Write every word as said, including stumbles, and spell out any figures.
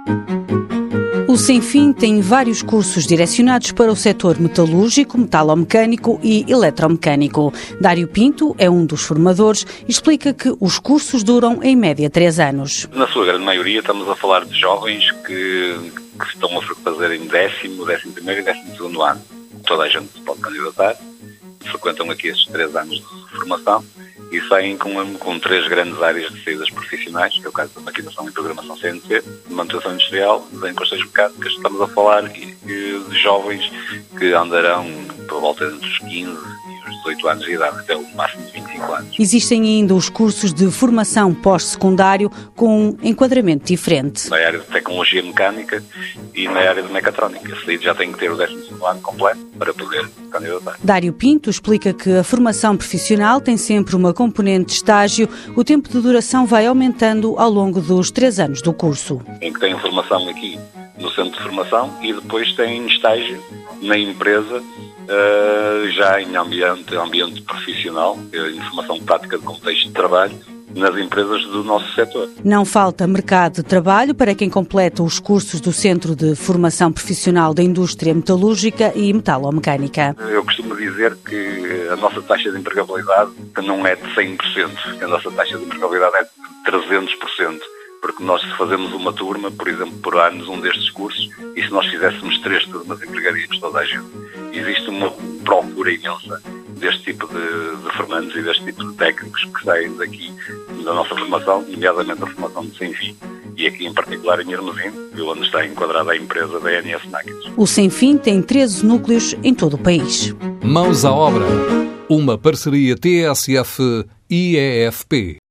O Sem Fim tem vários cursos direcionados para o setor metalúrgico, metalomecânico e eletromecânico. Dário Pinto é um dos formadores e explica que os cursos duram em média três anos. Na sua grande maioria estamos a falar de jovens que, que estão a fazer em décimo, décimo primeiro e décimo segundo ano. Toda a gente se pode candidatar, frequentam aqui estes três anos de formação e saem com, com três grandes áreas de saídas profissionais, que é o caso da maquinação e programação C N C, de manutenção industrial, de encostas mecânicas. Estamos a falar de, de jovens que andarão por volta entre os quinze e os dezoito anos de idade, até o máximo de vinte e cinco anos. Existem ainda os cursos de formação pós-secundário com um enquadramento diferente. Na área de tecnologia mecânica e na área de mecatrónica. Esse aí já tem que ter o décimo segundo ano completo para poder candidatar. Dário Pinto explica que a formação profissional tem sempre uma componente de estágio. O tempo de duração vai aumentando ao longo dos três anos do curso. Em que tem formação aqui no centro de formação e depois tem estágio na empresa, uh, já em ambiente, ambiente profissional, em formação prática de contexto de trabalho, nas empresas do nosso setor. Não falta mercado de trabalho para quem completa os cursos do Centro de Formação Profissional da Indústria Metalúrgica e Metalomecânica. Eu costumo dizer que a nossa taxa de empregabilidade não é de cem por cento, a nossa taxa de empregabilidade é de trezentos por cento. Porque nós, se fazemos uma turma, por exemplo, por anos, um destes cursos, e se nós fizéssemos três turmas, empregaríamos toda a gente. Existe uma procura imensa deste tipo de, de formandos e deste tipo de técnicos que saem daqui da nossa formação, nomeadamente a formação de Sem Fim. E aqui, em particular, em Hermesinde, onde está enquadrada a empresa da N S Máquinas. O Sem Fim tem treze núcleos em todo o país. Mãos à obra. Uma parceria T S F e I E F P.